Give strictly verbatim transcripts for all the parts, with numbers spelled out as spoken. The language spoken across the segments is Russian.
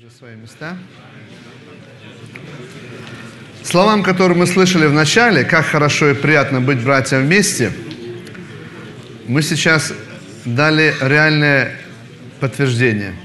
уже свои места. Словам, которые мы слышали в начале, как хорошо и приятно быть братьям вместе, мы сейчас дали реальное подтверждение.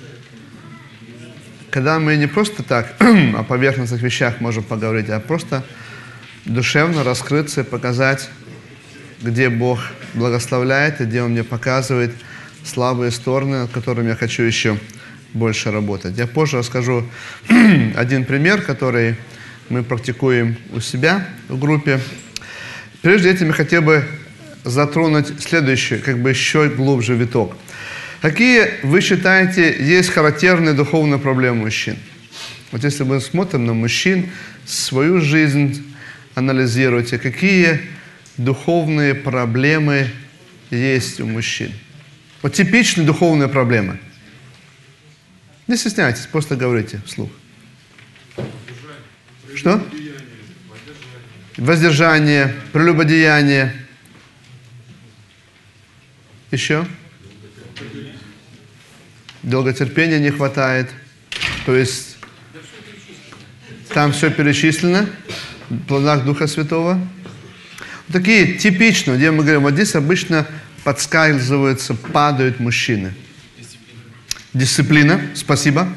Когда мы не просто так о поверхностных вещах можем поговорить, а просто душевно раскрыться и показать, где Бог благословляет и где Он мне показывает слабые стороны, над которыми я хочу еще больше работать. Я позже расскажу один пример, который мы практикуем у себя в группе. Прежде этим я хотел бы затронуть следующий, как бы еще глубже виток. Какие, вы считаете, есть характерные духовные проблемы мужчин? Вот если мы смотрим на мужчин, свою жизнь анализируйте, какие духовные проблемы есть у мужчин? Вот типичные духовные проблемы. Не стесняйтесь, просто говорите вслух. Что? Воздержание, прелюбодеяние. Еще? Долготерпения не хватает. То есть там все перечислено в плодах Духа Святого. Вот такие типичные, где мы говорим, вот здесь обычно подскальзываются, падают мужчины. Дисциплина, спасибо.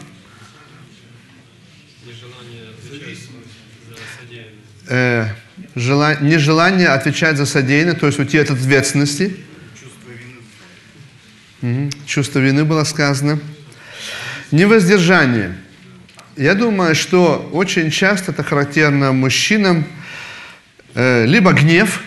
Э, жела... Нежелание отвечать за содеянное, то есть уйти от ответственности. Чувство вины. Угу. Чувство вины было сказано. Невоздержание. Я думаю, что очень часто это характерно мужчинам. Э, либо гнев,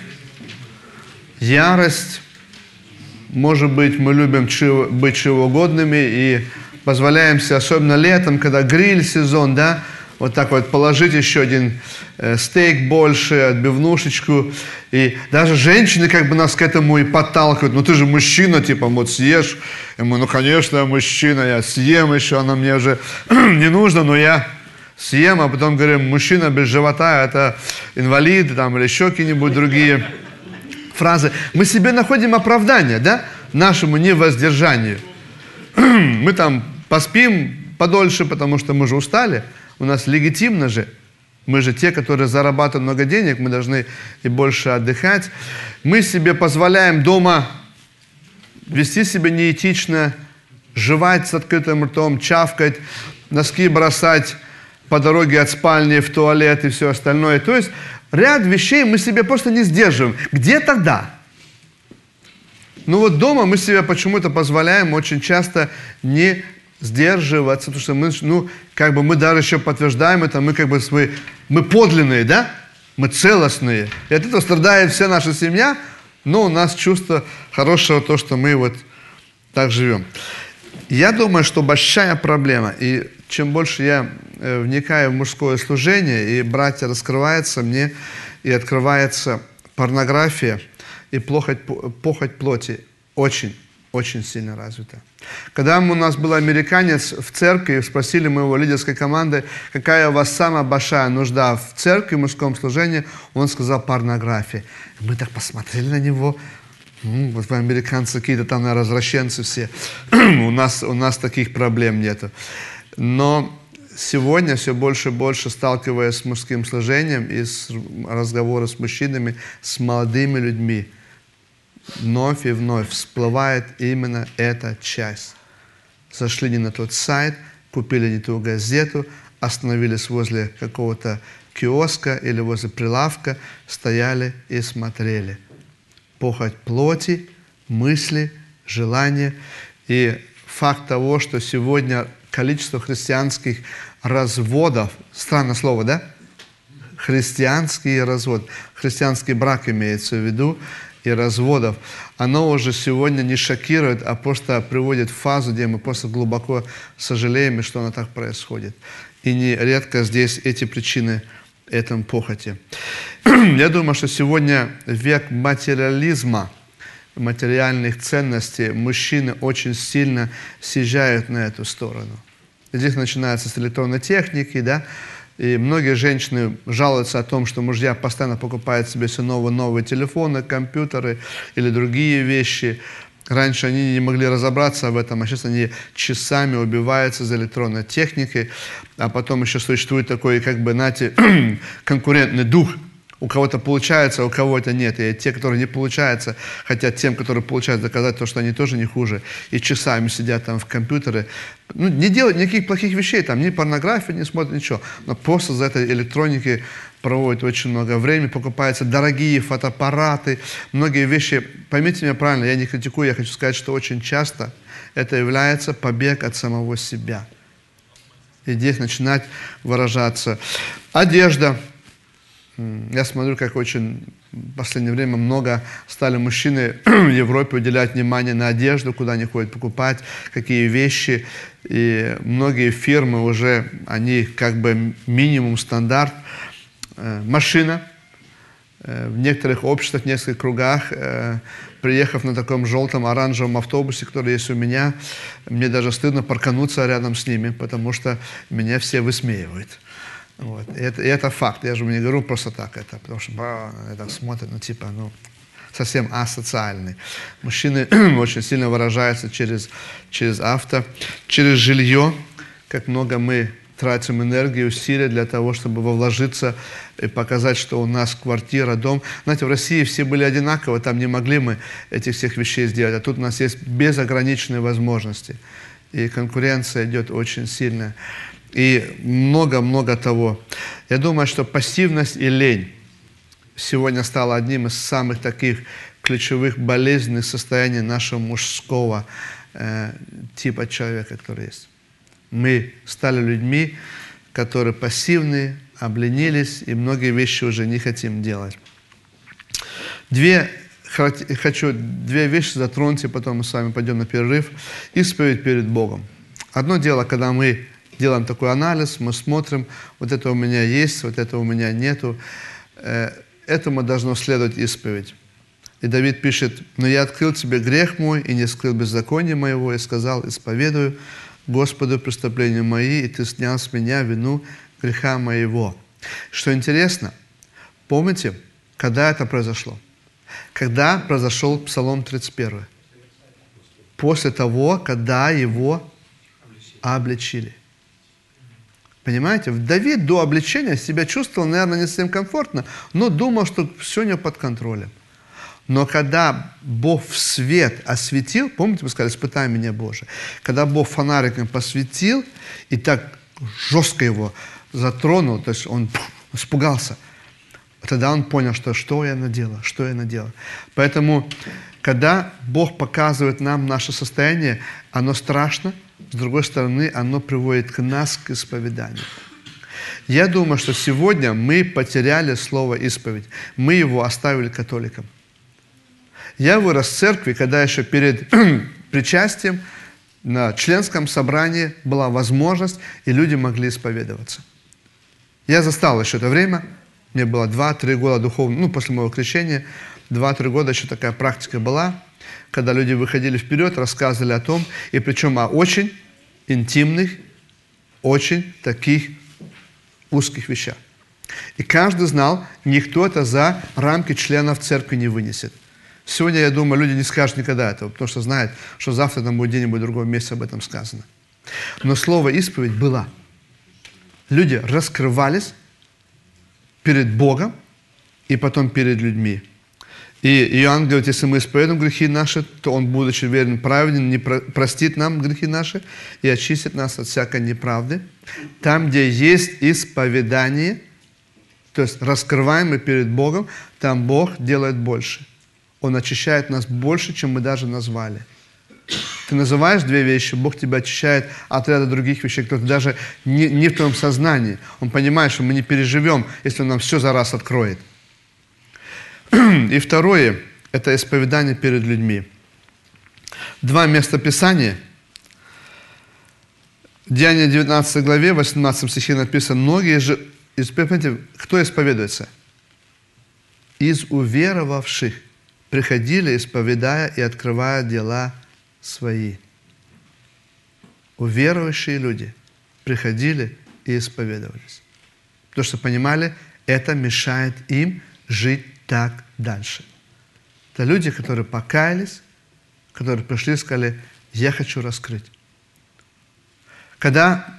ярость. Может быть, мы любим чего, быть чревоугодными и позволяем себе, особенно летом, когда гриль сезон, да, вот так вот положить еще один э, стейк больше, отбивнушечку. И даже женщины как бы нас к этому и подталкивают. Ну ты же мужчина, типа, вот съешь. И мы, ну конечно, я мужчина, я съем еще, она мне уже не нужна, но я съем. А потом говорим, мужчина без живота, это инвалид, там, или еще какие-нибудь другие фразы. Мы себе находим оправдание, да, нашему невоздержанию. Мы там поспим подольше, потому что мы же устали. У нас легитимно же. Мы же те, которые зарабатывают много денег, мы должны и больше отдыхать. Мы себе позволяем дома вести себя неэтично, жевать с открытым ртом, чавкать, носки бросать по дороге от спальни в туалет и все остальное. То есть ряд вещей мы себе просто не сдерживаем. Где тогда? Ну вот дома мы себе почему-то позволяем очень часто не сдерживаться, потому что мы, ну, как бы мы даже еще подтверждаем это, мы как бы свои, мы подлинные, да? Мы целостные. И от этого страдает вся наша семья, но у нас чувство хорошего, то, что мы вот так живем. Я думаю, что большая проблема, и чем больше я вникаю в мужское служение, и братья раскрываются мне, и открывается порнография, и похоть, похоть плоти очень, очень сильно развита. Когда у нас был американец в церкви, спросили мы его лидерской команды, какая у вас самая большая нужда в церкви, в мужском служении, он сказал порнография. Мы так посмотрели на него, ну, вот вы американцы какие-то там, наверное, развращенцы все, у нас, у нас таких проблем нету. Но сегодня все больше и больше, сталкиваясь с мужским служением и с разговором с мужчинами, с молодыми людьми, вновь и вновь всплывает именно эта часть. Зашли не на тот сайт, купили не ту газету, остановились возле какого-то киоска или возле прилавка, стояли и смотрели. Похоть плоти, мысли, желания. И факт того, что сегодня количество христианских разводов, странное слово, да? Христианский развод, христианский брак имеется в виду, и разводов, оно уже сегодня не шокирует, а просто приводит в фазу, где мы просто глубоко сожалеем, что оно так происходит. И нередко здесь эти причины этому похоти. Я думаю, что сегодня век материализма, материальных ценностей, мужчины очень сильно съезжают на эту сторону. Здесь начинается с электронной техники, да, и многие женщины жалуются о том, что мужья постоянно покупают себе все новые, новые телефоны, компьютеры или другие вещи. Раньше они не могли разобраться в этом, а сейчас они часами убиваются за электронной техникой, а потом еще существует такой, как бы, знаете, конкурентный дух. У кого-то получается, а у кого-то нет. И те, которые не получается, хотят тем, которые получается, доказать то, что они тоже не хуже. И часами сидят там в компьютере. Ну, не делают никаких плохих вещей, там ни порнографии не смотрят, ничего. Но просто за этой электроники проводят очень много времени, покупаются дорогие фотоаппараты, многие вещи. Поймите меня правильно, я не критикую, я хочу сказать, что очень часто это является побег от самого себя. И здесь начинать выражаться. Одежда. Я смотрю, как очень в последнее время много стали мужчины в Европе уделять внимание на одежду, куда они ходят покупать, какие вещи. И многие фирмы уже, они как бы минимум стандарт. Машина. В некоторых обществах, в нескольких кругах, приехав на таком желтом оранжевом автобусе, который есть у меня, мне даже стыдно паркануться рядом с ними, потому что меня все высмеивают. Вот. И, это, и это факт. Я же не говорю просто так это, потому что ба, это смотрят, ну типа, ну, совсем асоциальный. Мужчины очень сильно выражаются через, через авто, через жилье, как много мы тратим энергию, усилия для того, чтобы вложиться и показать, что у нас квартира, дом. Знаете, в России все были одинаковы, там не могли мы этих всех вещей сделать, а тут у нас есть безограниченные возможности. И конкуренция идет очень сильная. И много-много того. Я думаю, что пассивность и лень сегодня стала одним из самых таких ключевых болезненных состояний нашего мужского э, типа человека, который есть. Мы стали людьми, которые пассивны, обленились, и многие вещи уже не хотим делать. Две, хочу две вещи затронуть, и потом мы с вами пойдем на перерыв. Исповедь перед Богом. Одно дело, когда мы делаем такой анализ, мы смотрим, вот это у меня есть, вот это у меня нету. Этому должно следовать исповедь. И Давид пишет: «Но я открыл тебе грех мой, и не скрыл беззакония моего, и сказал: исповедую Господу преступления мои, и ты снял с меня вину греха моего». Что интересно, помните, когда это произошло? Когда произошел Псалом тридцать один? После того, когда его обличили. Понимаете, Давид до обличения себя чувствовал, наверное, не совсем комфортно, но думал, что все у него под контролем. Но когда Бог в свет осветил, помните, мы сказали: испытай меня, Боже, когда Бог фонариком посветил и так жестко его затронул, то есть он пух, испугался, тогда он понял, что что я наделал, что я наделал. Поэтому, когда Бог показывает нам наше состояние, оно страшно, с другой стороны, оно приводит к нас к исповеданию. Я думаю, что сегодня мы потеряли слово «исповедь». Мы его оставили католикам. Я вырос в церкви, когда еще перед причастием на членском собрании была возможность, и люди могли исповедоваться. Я застал еще это время, мне было два-три года духовно, ну, после моего крещения, два-три года еще такая практика была, когда люди выходили вперед, рассказывали о том, и причем о очень интимных, очень таких узких вещах. И каждый знал, никто это за рамки членов церкви не вынесет. Сегодня, я думаю, люди не скажут никогда этого, потому что знают, что завтра там будет где-нибудь в другом месте об этом сказано. Но слово «исповедь» было. Люди раскрывались перед Богом и потом перед людьми. И Иоанн говорит: если мы исповедуем грехи наши, то Он, будучи верен, праведен, не про- простит нам грехи наши и очистит нас от всякой неправды. Там, где есть исповедание, то есть раскрываем мы перед Богом, там Бог делает больше. Он очищает нас больше, чем мы даже назвали. Ты называешь две вещи, Бог тебя очищает от ряда других вещей, которые даже не, не в твоем сознании. Он понимает, что мы не переживем, если Он нам все за раз откроет. И второе – это исповедание перед людьми. Два места Писания. В Деяния девятнадцатой главе, восемнадцатом стихе написано: «Многие же…» Понимаете, кто исповедуется? «Из уверовавших приходили, исповедая и открывая дела свои». Уверовавшие люди приходили и исповедовались. Потому что понимали, это мешает им жить так дальше. Это люди, которые покаялись, которые пришли и сказали: я хочу раскрыть. Когда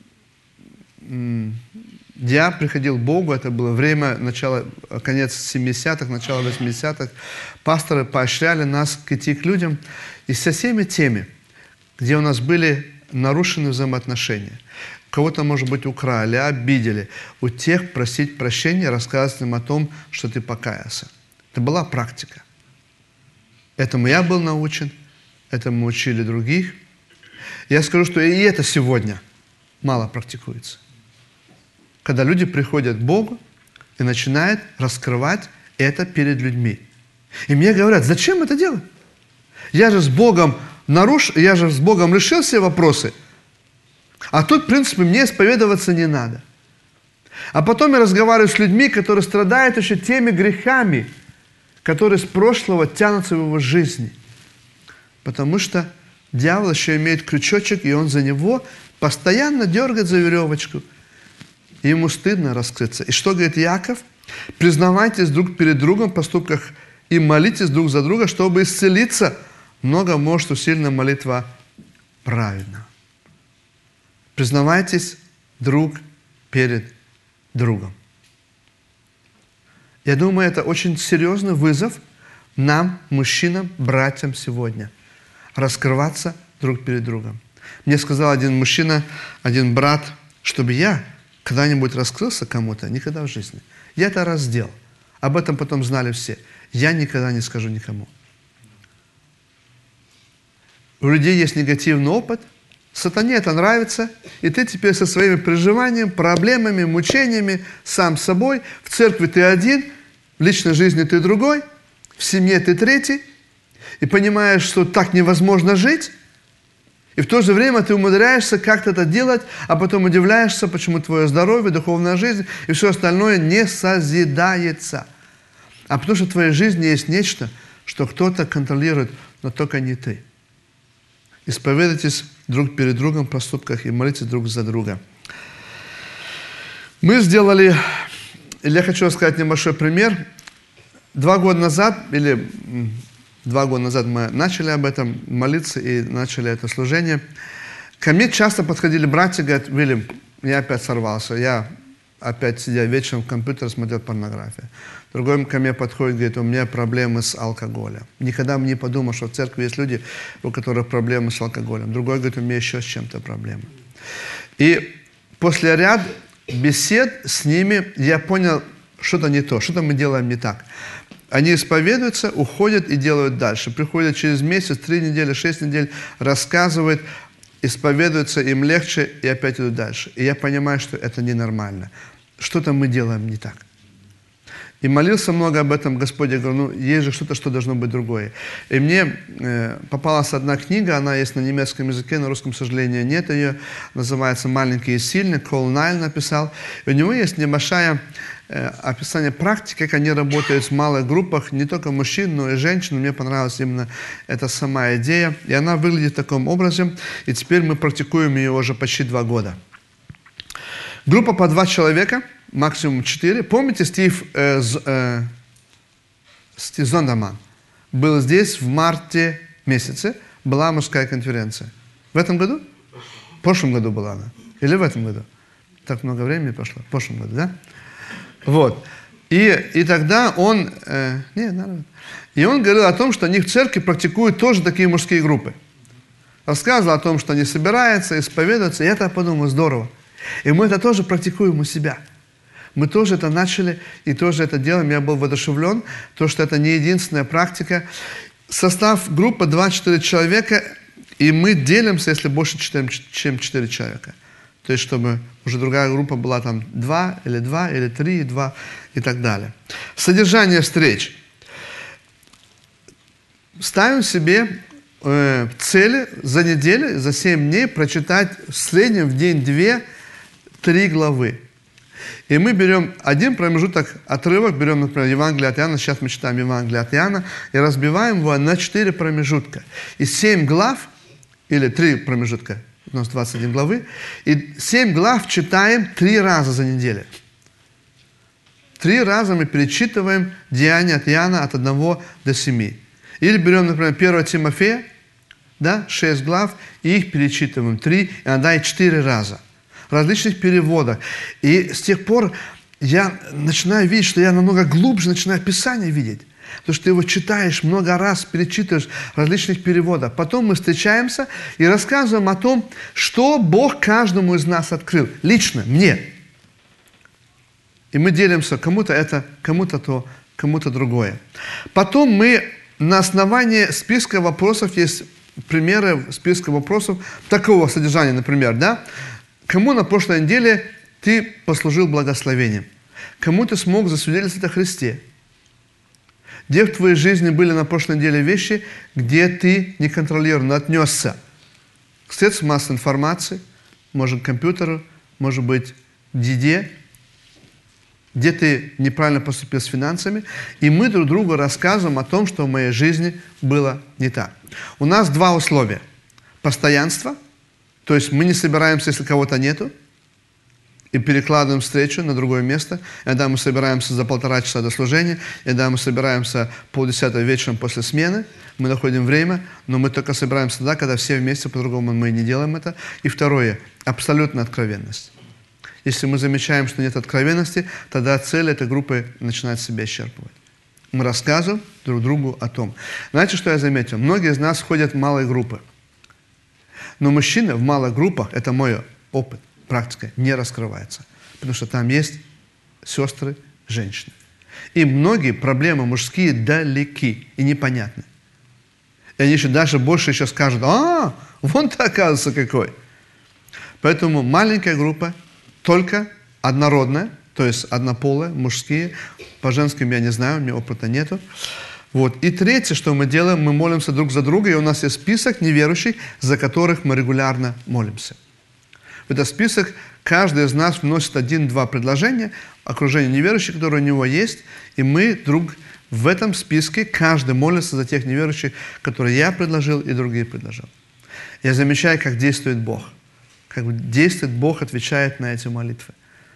я приходил к Богу, это было время, начало, конец семидесятых, начало восьмидесятых, пасторы поощряли нас идти к людям и со всеми теми, где у нас были нарушены взаимоотношения. Кого-то, может быть, украли, обидели. У тех просить прощения, рассказывать им о том, что ты покаялся. Это была практика. Этому я был научен, этому учили других. Я скажу, что и это сегодня мало практикуется. Когда люди приходят к Богу и начинают раскрывать это перед людьми. И мне говорят: зачем это делать? Я же с Богом наруш... я же с Богом решил все вопросы. А тут, в принципе, мне исповедоваться не надо. А потом я разговариваю с людьми, которые страдают еще теми грехами, которые с прошлого тянутся в его жизни. Потому что дьявол еще имеет крючочек, и он за него постоянно дергает за веревочку. И ему стыдно раскрыться. И что говорит Иаков? Признавайтесь друг перед другом в поступках и молитесь друг за друга, чтобы исцелиться. Много может усилена молитва праведного. Признавайтесь друг перед другом. Я думаю, это очень серьезный вызов нам, мужчинам, братьям сегодня. Раскрываться друг перед другом. Мне сказал один мужчина, один брат, чтобы я когда-нибудь раскрылся кому-то, никогда в жизни. Я это раз сделал. Об этом потом знали все. Я никогда не скажу никому. У людей есть негативный опыт, сатане это нравится, и ты теперь со своими переживаниями, проблемами, мучениями, сам собой, в церкви ты один, в личной жизни ты другой, в семье ты третий, и понимаешь, что так невозможно жить, и в то же время ты умудряешься как-то это делать, а потом удивляешься, почему твое здоровье, духовная жизнь и все остальное не созидается. А потому что в твоей жизни есть нечто, что кто-то контролирует, но только не ты. Исповедуйтесь друг перед другом в поступках и молитесь друг за друга. Мы сделали, или я хочу рассказать небольшой пример. Два года назад, или два года назад мы начали об этом молиться и начали это служение. Ко мне часто подходили братья и говорят: Вильям, я опять сорвался, я опять сидя вечером в компьютере смотрел порнографию. Другой ко мне подходит, говорит: у меня проблемы с алкоголем. Никогда бы не подумал, что в церкви есть люди, у которых проблемы с алкоголем. Другой говорит: у меня еще с чем-то проблемы. И после ряда бесед с ними я понял, что-то не то, что-то мы делаем не так. Они исповедуются, уходят и делают дальше. Приходят через месяц, три недели, шесть недель, рассказывают, исповедуются, им легче и опять идут дальше. И я понимаю, что это ненормально. Что-то мы делаем не так. И молился много об этом Господь. Я говорю: ну, есть же что-то, что должно быть другое. И мне э, попалась одна книга, она есть на немецком языке, на русском, к сожалению, нет ее. Называется «Маленький и сильный», Кол Найл написал. И у него есть небольшое э, описание практики, как они работают в малых группах, не только мужчин, но и женщин. Мне понравилась именно эта сама идея. И она выглядит в таком образе. И теперь мы практикуем ее уже почти два года. Группа по два человека, максимум четыре. Помните, Стив, э, э, Стив Зондерман был здесь в марте месяце, была мужская конференция. В этом году? В прошлом году была она. Или в этом году? Так много времени прошло. В прошлом году, да? Вот. И, и тогда он... Э, нет, нормально. И он говорил о том, что они в церкви практикуют тоже такие мужские группы. Рассказывал о том, что они собираются, исповедуются. И это, я подумал, здорово. И мы это тоже практикуем у себя. Мы тоже это начали и тоже это делаем. Я был воодушевлен, то, что это не единственная практика. Состав группы два-четыре человека, и мы делимся, если больше, чем четыре человека. То есть, чтобы уже другая группа была там два, или два, или три, и два, и так далее. Содержание встреч. Ставим себе э, цели за неделю, за семь дней прочитать в среднем в день две, три главы. И мы берем один промежуток, отрывок, берем, например, Евангелие от Иоанна, сейчас мы читаем Евангелие от Иоанна, и разбиваем его на четыре промежутка. И семь глав, или три промежутка, у нас двадцать одна главы, и семь глав читаем три раза за неделю. Три раза мы перечитываем Деяния от Иоанна от одного до семи. Или берем, например, первое Тимофея, да, шесть глав, и их перечитываем три, иногда и четыре раза. В различных переводах. И с тех пор я начинаю видеть, что я намного глубже начинаю Писание видеть. Потому что ты его читаешь много раз, перечитываешь в различных переводах. Потом мы встречаемся и рассказываем о том, что Бог каждому из нас открыл. Лично, мне. И мы делимся, кому-то это, кому-то то, кому-то другое. Потом мы на основании списка вопросов, есть примеры списка вопросов такого содержания, например, да? Кому на прошлой неделе ты послужил благословением? Кому ты смог засвидетельствовать о Христе? Где в твоей жизни были на прошлой неделе вещи, где ты неконтролированно отнесся к средствам массовой информации, может, к компьютеру, может быть, к еде, где ты неправильно поступил с финансами, и мы друг другу рассказываем о том, что в моей жизни было не так. У нас два условия. Постоянство, то есть мы не собираемся, если кого-то нету, и перекладываем встречу на другое место. Иногда мы собираемся за полтора часа до служения, иногда мы собираемся полдесятого вечером после смены, мы находим время, но мы только собираемся тогда, когда все вместе, по-другому мы не делаем это. И второе, абсолютная откровенность. Если мы замечаем, что нет откровенности, тогда цель этой группы начинает себя исчерпывать. Мы рассказываем друг другу о том. Знаете, что я заметил? Многие из нас ходят в малые группы. Но мужчины в малых группах, это мой опыт, практика, не раскрывается. Потому что там есть сестры, женщины. И многие проблемы мужские далеки и непонятны. И они еще даже больше еще скажут: а, вон ты, оказывается, какой. Поэтому маленькая группа, только однородная, то есть однополые, мужские. По женским я не знаю, у меня опыта нету. Вот. И третье, что мы делаем, мы молимся друг за друга, и у нас есть список неверующих, за которых мы регулярно молимся. В этот список каждый из нас вносит один-два предложения, окружение неверующих, которые у него есть, и мы друг в этом списке, каждый молится за тех неверующих, которые я предложил и другие предложил. Я замечаю, как действует Бог. Как действует Бог, отвечает на эти молитвы.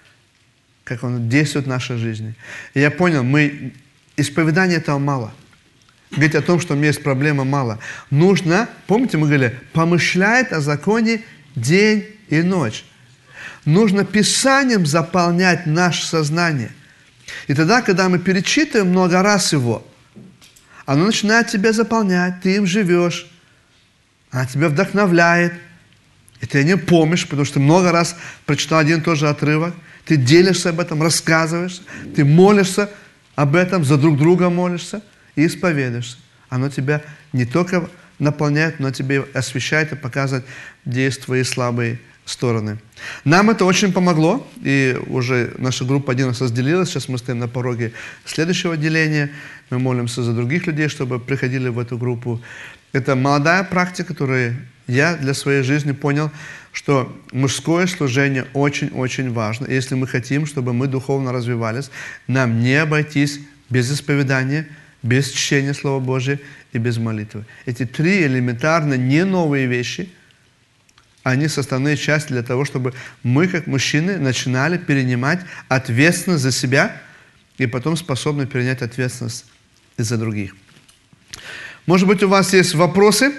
Как Он действует в нашей жизни. И я понял, мы исповедания этого мало. Говорить о том, что у меня есть проблема, мало. Нужно, помните, мы говорили, помышляет о законе день и ночь. Нужно Писанием заполнять наше сознание. И тогда, когда мы перечитываем много раз его, оно начинает тебя заполнять, ты им живешь, она тебя вдохновляет, и ты о нем помнишь, потому что много раз прочитал один и тот же отрывок, ты делишься об этом, рассказываешь, ты молишься об этом, за друг друга молишься и исповедуешься. Оно тебя не только наполняет, но тебе освещает и показывает, где есть твои слабые стороны. Нам это очень помогло, и уже наша группа один раз разделилась, сейчас мы стоим на пороге следующего отделения, мы молимся за других людей, чтобы приходили в эту группу. Это молодая практика, которую я для своей жизни понял, что мужское служение очень-очень важно. И если мы хотим, чтобы мы духовно развивались, нам не обойтись без исповедания, без чтения Слова Божия и без молитвы. Эти три элементарно не новые вещи, они составные части для того, чтобы мы, как мужчины, начинали перенимать ответственность за себя и потом способны перенять ответственность и за других. Может быть, у вас есть вопросы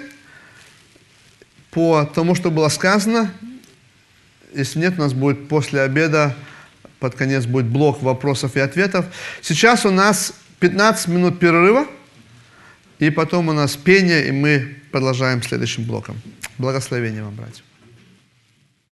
по тому, что было сказано? Если нет, у нас будет после обеда, под конец будет блок вопросов и ответов. Сейчас у нас пятнадцать минут перерыва, и потом у нас пение, и мы продолжаем следующим блоком. Благословения вам, братья.